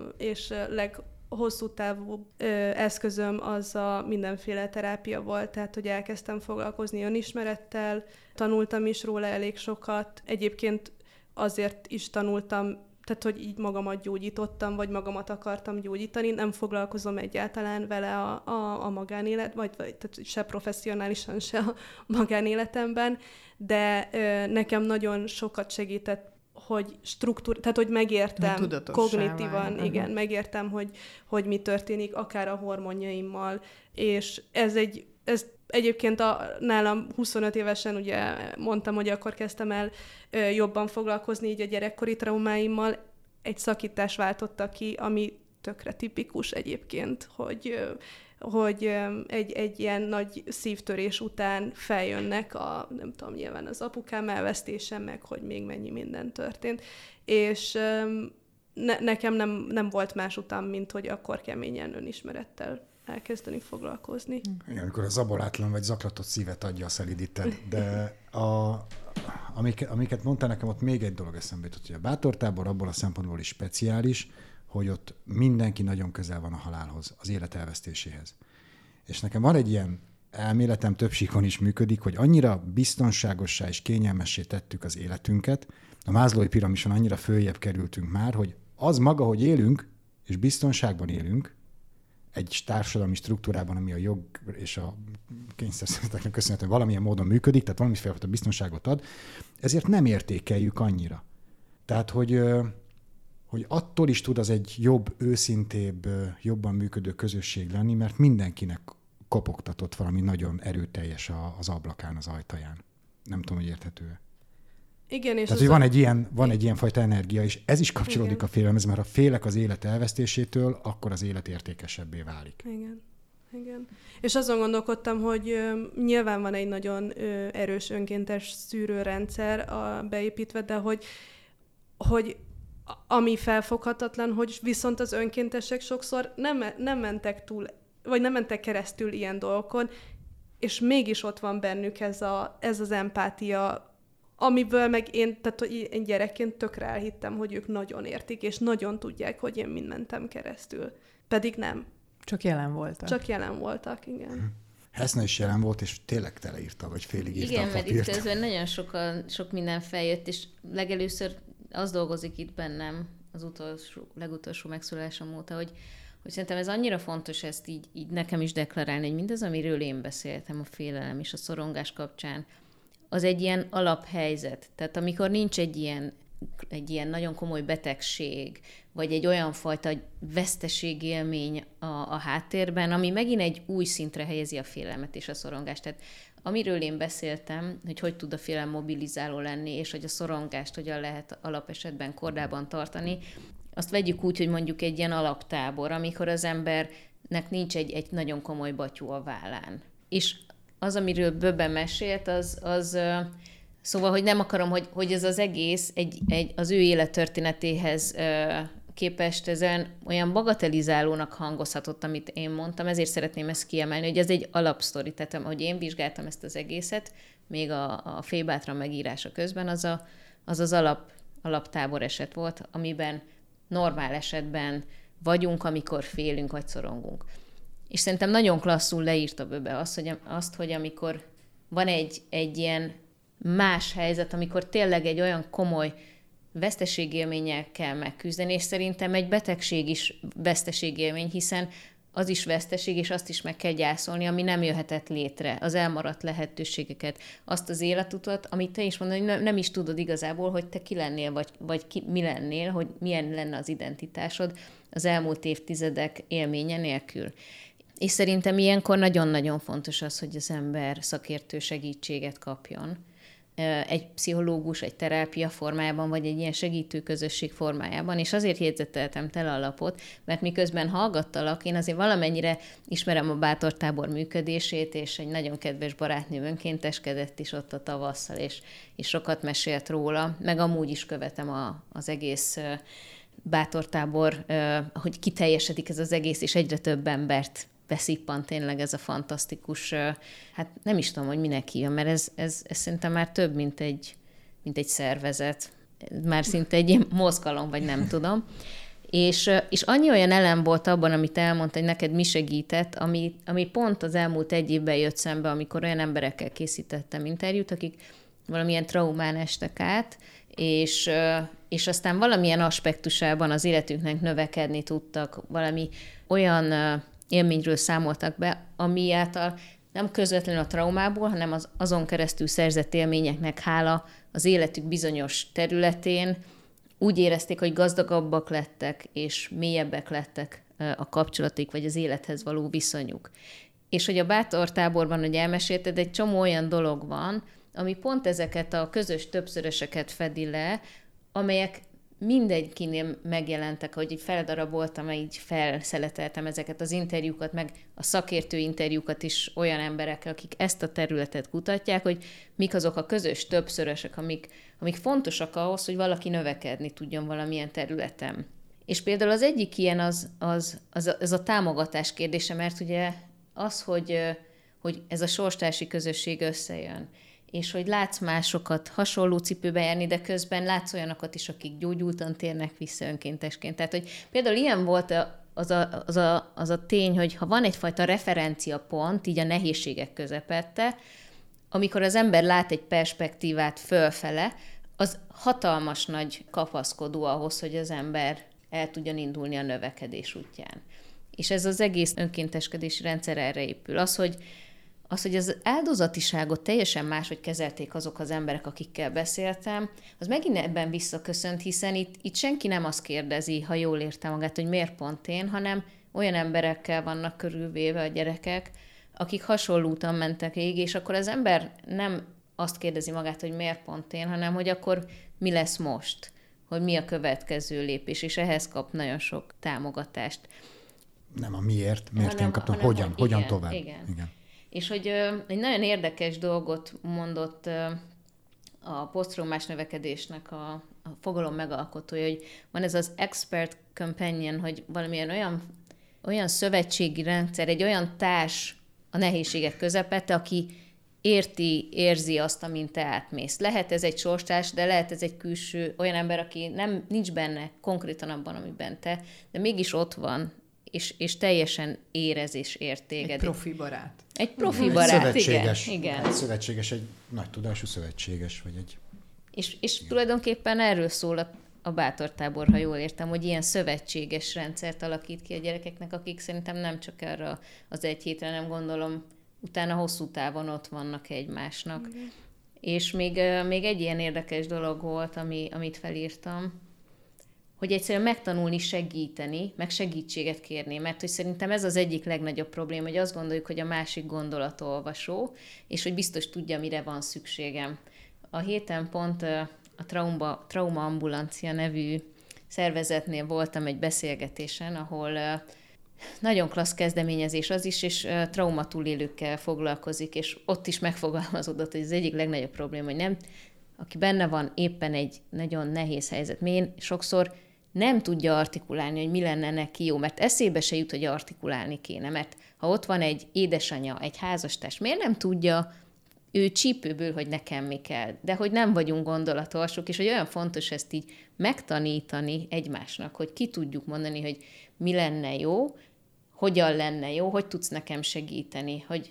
és leghosszú távú eszközöm az a mindenféle terápia volt, tehát hogy elkezdtem foglalkozni önismerettel, tanultam is róla elég sokat. Egyébként azért is tanultam, tehát hogy így magamat gyógyítottam, vagy magamat akartam gyógyítani, nem foglalkozom egyáltalán vele a, a, a magánélet, vagy, vagy tehát se professzionálisan, se a magánéletemben, de ö, nekem nagyon sokat segített, hogy struktúr, tehát hogy megértem kognitívan, igen, uh-huh. megértem, hogy, hogy mi történik, akár a hormonjaimmal, és ez egy, ez egyébként a, nálam huszonöt évesen ugye mondtam, hogy akkor kezdtem el ö, jobban foglalkozni így a gyerekkori traumáimmal. Egy szakítás váltotta ki, ami tökre tipikus egyébként, hogy, ö, hogy ö, egy, egy ilyen nagy szívtörés után feljönnek a, nem tudom, nyilván az apukám elvesztése, meg hogy még mennyi minden történt. És ö, ne, nekem nem, nem volt más után, mint hogy akkor keményen önismerettel elkezdeni foglalkozni. Igen, amikor a zabolátlan vagy zaklatott szívet adja a szelidíted, de a, amiket, amiket mondtál nekem, ott még egy dolog eszembe jutott, hogy a bátortábor abból a szempontból is speciális, hogy ott mindenki nagyon közel van a halálhoz, az élet elvesztéséhez. És nekem van egy ilyen elméletem, több síkon is működik, hogy annyira biztonságossá és kényelmessé tettük az életünket, a Maslow'i piramison annyira följebb kerültünk már, hogy az maga, hogy élünk, és biztonságban élünk, egy társadalmi struktúrában, ami a jog és a kényszerszervezeteknek köszönhetően valamilyen módon működik, tehát valamiféle biztonságot ad, ezért nem értékeljük annyira. Tehát, hogy, hogy attól is tud az egy jobb, őszintébb, jobban működő közösség lenni, mert mindenkinek kopogtatott valami nagyon erőteljes az ablakán, az ajtaján. Nem tudom, hogy érthető. Igen, és Tehát, hogy van, egy ilyen, van egy ilyen fajta energia, és ez is kapcsolódik igen. a félelemhez, mert ha félek az élet elvesztésétől, akkor az élet értékesebbé válik. Igen. Igen. És azon gondolkodtam, hogy ö, nyilván van egy nagyon ö, erős önkéntes szűrőrendszer a, beépítve, de hogy, hogy ami felfoghatatlan, hogy viszont az önkéntesek sokszor nem, nem mentek túl, vagy nem mentek keresztül ilyen dolgokon, és mégis ott van bennük ez, a, ez az empátia, amiből meg én, tehát hogy én gyerekként tökre elhittem, hogy ők nagyon értik, és nagyon tudják, hogy én mind mentem keresztül. Pedig nem. Csak jelen voltak. Csak jelen voltak, igen. Heszna is jelen volt, és tényleg teleírta, vagy félig írta igen, a mert papírt. itt közben nagyon sokan, sok minden feljött, és legelőször az dolgozik itt bennem az utolsó, legutolsó megszólalásom óta, hogy, hogy szerintem ez annyira fontos ezt így, így nekem is deklarálni, hogy mindaz, amiről én beszéltem, a félelem és a szorongás kapcsán, az egy ilyen alaphelyzet. Tehát amikor nincs egy ilyen, egy ilyen nagyon komoly betegség, vagy egy olyan fajta veszteségélmény a, a háttérben, ami megint egy új szintre helyezi a félelmet és a szorongást. Tehát amiről én beszéltem, hogy hogy tud a félelem mobilizáló lenni, és hogy a szorongást hogyan lehet alapesetben kordában tartani, azt vegyük úgy, hogy mondjuk egy ilyen alaptábor, amikor az embernek nincs egy, egy nagyon komoly batyú a vállán. És az, amiről Böbe mesélt, az, az szóval, hogy nem akarom, hogy, hogy ez az egész egy, egy, az ő élettörténetéhez képest ez olyan bagatelizálónak hangozhatott, amit én mondtam, ezért szeretném ezt kiemelni, hogy ez egy alapsztori, tehát ahogy én vizsgáltam ezt az egészet, még a, a Fébátra megírása közben, az a, az, az alap, alaptábor eset volt, amiben normál esetben vagyunk, amikor félünk vagy szorongunk. És szerintem nagyon klasszul leírta Böbe azt, hogy, azt, hogy amikor van egy, egy ilyen más helyzet, amikor tényleg egy olyan komoly veszteségélménnyel kell megküzdeni, és szerintem egy betegség is veszteségélmény, hiszen az is veszteség, és azt is meg kell gyászolni, ami nem jöhetett létre, az elmaradt lehetőségeket, azt az életutat, amit te is mondod, hogy nem is tudod igazából, hogy te ki lennél, vagy, vagy ki, mi lennél, hogy milyen lenne az identitásod az elmúlt évtizedek élménye nélkül. És szerintem ilyenkor nagyon-nagyon fontos az, hogy az ember szakértő segítséget kapjon. Egy pszichológus, egy terápia formájában, vagy egy ilyen segítő közösség formájában, és azért jegyzeteltem tele a lapot, mert miközben hallgattalak, én azért valamennyire ismerem a Bátortábor működését, és egy nagyon kedves barátnőm önkénteskedett is ott a tavasszal, és, és sokat mesélt róla, meg amúgy is követem a, az egész Bátortábor, hogy kiteljesedik ez az egész, és egyre több embert beszippant tényleg ez a fantasztikus, hát nem is tudom, hogy minek hívja, mert ez, ez, ez szerintem már több, mint egy, mint egy szervezet. Már szinte egy ilyen mozgalom, vagy nem tudom. És, és annyi olyan elem volt abban, amit elmondta, hogy neked mi segített, ami, ami pont az elmúlt egy évben jött szembe, amikor olyan emberekkel készítettem interjút, akik valamilyen traumán estek át, és, és aztán valamilyen aspektusában az életüknek növekedni tudtak, valami olyan élményről számoltak be, ami által nem közvetlenül a traumából, hanem az azon keresztül szerzett élményeknek hála az életük bizonyos területén úgy érezték, hogy gazdagabbak lettek, és mélyebbek lettek a kapcsolatik, vagy az élethez való viszonyuk. És hogy a Bátortáborban, hogy elmesélted, egy csomó olyan dolog van, ami pont ezeket a közös többszöröseket fedi le, amelyek mindenkinél megjelentek, hogy így feldaraboltam, így felszeleteltem ezeket az interjúkat, meg a szakértő interjúkat is olyan emberekkel, akik ezt a területet kutatják, hogy mik azok a közös többszörösek, amik, amik fontosak ahhoz, hogy valaki növekedni tudjon valamilyen területen. És például az egyik ilyen az, az, az, az a támogatás kérdése, mert ugye az, hogy, hogy ez a sorstársi közösség összejön, és hogy látsz másokat hasonló cipőbe járni, de közben látsz olyanokat is, akik gyógyultan térnek vissza önkéntesként. Tehát, hogy például ilyen volt az a, az a, az a tény, hogy ha van egyfajta referenciapont, így a nehézségek közepette, amikor az ember lát egy perspektívát fölfele, az hatalmas nagy kapaszkodó ahhoz, hogy az ember el tudjon indulni a növekedés útján. És ez az egész önkénteskedési rendszer erre épül. Az, hogy Az, hogy az áldozatiságot teljesen máshogy kezelték azok az emberek, akikkel beszéltem, az megint ebben visszaköszönt, hiszen itt, itt senki nem azt kérdezi, ha jól érte magát, hogy miért pont én, hanem olyan emberekkel vannak körülvéve a gyerekek, akik hasonló úton mentek végig, és akkor az ember nem azt kérdezi magát, hogy miért pont én, hanem hogy akkor mi lesz most, hogy mi a következő lépés, és ehhez kap nagyon sok támogatást. Nem a miért, miért hanem, én kaptam, hanem, hogyan, hogy hogyan igen, tovább. Igen. igen. És hogy ö, egy nagyon érdekes dolgot mondott ö, a posztraumás növekedésnek a, a fogalom megalkotója, hogy van ez az expert companion, hogy valamilyen olyan, olyan szövetségi rendszer, egy olyan társ a nehézségek közepette, aki érti, érzi azt, amint te átmész. Lehet ez egy sorstárs, de lehet ez egy külső olyan ember, aki nem, nincs benne konkrétan abban, amiben te, de mégis ott van, és, és teljesen érez és ért téged. Egy profi barát. Egy profi Egy barát, szövetséges, igen. igen. Egy szövetséges, egy nagy tudású szövetséges, vagy egy... És, és tulajdonképpen erről szól a, a Bátortábor, ha jól értem, hogy ilyen szövetséges rendszert alakít ki a gyerekeknek, akik szerintem nem csak erre az egy hétre, nem gondolom, utána hosszú távon ott vannak egymásnak. Igen. És még, még egy ilyen érdekes dolog volt, ami, amit felírtam, hogy egyszerűen megtanulni segíteni, meg segítséget kérni, mert hogy szerintem ez az egyik legnagyobb probléma, hogy azt gondoljuk, hogy a másik gondolatolvasó, és hogy biztos tudja, mire van szükségem. A héten pont a Trauma, Trauma Ambulancia nevű szervezetnél voltam egy beszélgetésen, ahol nagyon klassz kezdeményezés az is, és trauma túlélőkkel foglalkozik, és ott is megfogalmazódott, hogy az egyik legnagyobb probléma, hogy nem, aki benne van éppen egy nagyon nehéz helyzet, én sokszor nem tudja artikulálni, hogy mi lenne neki jó, mert eszébe se jut, hogy artikulálni kéne, mert ha ott van egy édesanyja, egy házastárs, miért nem tudja ő csípőből, hogy nekem mi kell, de hogy nem vagyunk gondolatolsók, és hogy olyan fontos ezt így megtanítani egymásnak, hogy ki tudjuk mondani, hogy mi lenne jó, hogyan lenne jó, hogy tudsz nekem segíteni, hogy...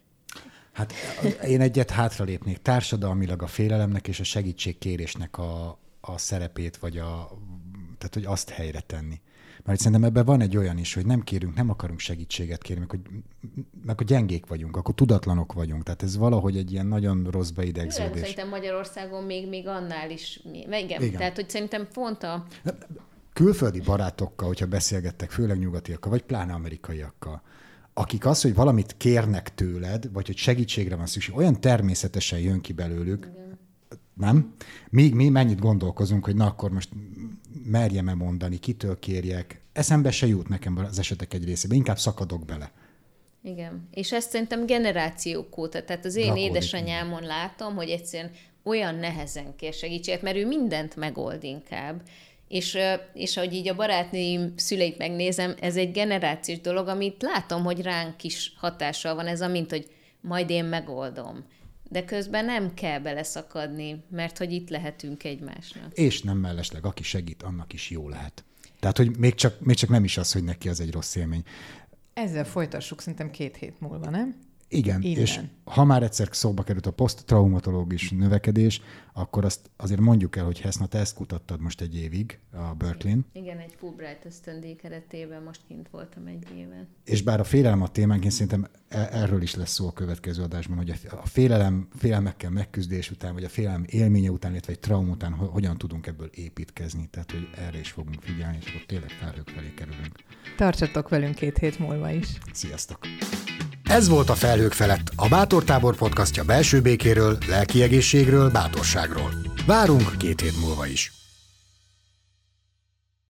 Hát én egyet hátralépnék. Társadalmilag a félelemnek és a segítségkérésnek a, a szerepét, vagy a, tehát hogy azt helyre tenni. Mert szerintem ebben van egy olyan is, hogy nem kérünk, nem akarunk segítséget kérni, meg hogy, meg hogy gyengék vagyunk, akkor tudatlanok vagyunk. Tehát ez valahogy egy ilyen nagyon rossz beidegződés. Szerintem Magyarországon még, még annál is... Igen, Igen. Tehát, hogy szerintem pont a... Külföldi barátokkal, hogyha beszélgettek, főleg nyugatiakkal, vagy pláne amerikaiakkal, akik az, hogy valamit kérnek tőled, vagy hogy segítségre van szükség, olyan természetesen jön ki belőlük, igen. Nem? Míg mi mennyit gondolkozunk, hogy na akkor most merjem-e mondani, kitől kérjek. Eszembe se jut nekem az esetek egy részében, inkább szakadok bele. Igen, és ezt szerintem generációk óta, tehát az én Rakódik édesanyámon igen. látom, hogy egyszerűen olyan nehezen kér segítséget, mert ő mindent megold inkább. És, és ahogy így a barátnőim szüleit megnézem, ez egy generációs dolog, amit látom, hogy ránk is hatással van ez, amint, hogy majd én megoldom. De közben nem kell beleszakadni, mert hogy itt lehetünk egymásnak. És nem mellesleg, aki segít, annak is jó lehet. Tehát, hogy még csak, még csak nem is az, hogy neki az egy rossz élmény. Ezzel folytassuk szerintem két hét múlva, nem? Igen, Innen. És ha már egyszer szóba került a poszttraumatológus növekedés, akkor azt azért mondjuk el, hogy Heszna, te ezt kutattad most egy évig a Berkeley-n. Igen, egy Fulbright ösztöndíj keretében most kint voltam egy éven. És bár a félelem a témánk, én szerintem erről is lesz szó a következő adásban, hogy a félelem, félelmekkel megküzdés után, vagy a félelem élménye után, illetve egy trauma után hogyan tudunk ebből építkezni. Tehát, hogy erre is fogunk figyelni, és akkor tényleg felhők felé kerülünk. Tartsatok velünk két hét múlva is. Sziasztok! Ez volt a Felhők felett, a Bátortábor podcastja belső békéről, lelki egészségről, bátorságról. Várunk két hét múlva is.